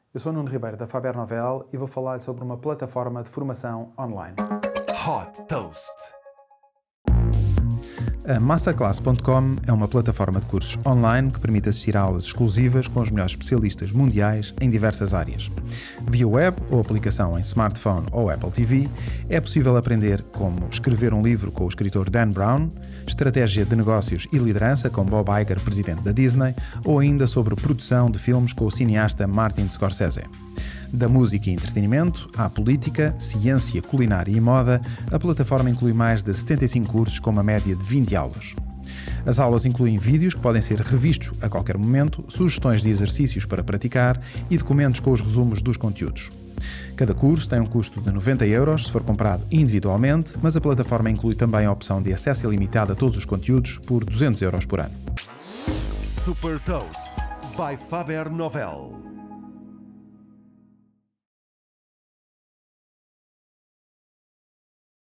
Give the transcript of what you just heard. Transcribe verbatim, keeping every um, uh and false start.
Eu sou o Nuno Ribeiro da Faber Novel e vou falar sobre uma plataforma de formação online. Hot Toast. A Masterclass ponto com é uma plataforma de cursos online que permite assistir a aulas exclusivas com os melhores especialistas mundiais em diversas áreas. Via web ou aplicação em smartphone ou Apple T V, é possível aprender como escrever um livro com o escritor Dan Brown, estratégia de negócios e liderança com Bob Iger, presidente da Disney, ou ainda sobre produção de filmes com o cineasta Martin Scorsese. Da música e entretenimento à política, ciência, culinária e moda, a plataforma inclui mais de setenta e cinco cursos com uma média de vinte aulas. As aulas incluem vídeos que podem ser revistos a qualquer momento, sugestões de exercícios para praticar e documentos com os resumos dos conteúdos. Cada curso tem um custo de noventa euros se for comprado individualmente, mas a plataforma inclui também a opção de acesso ilimitado a todos os conteúdos por duzentos euros por ano. Super Toast by Faber Novel.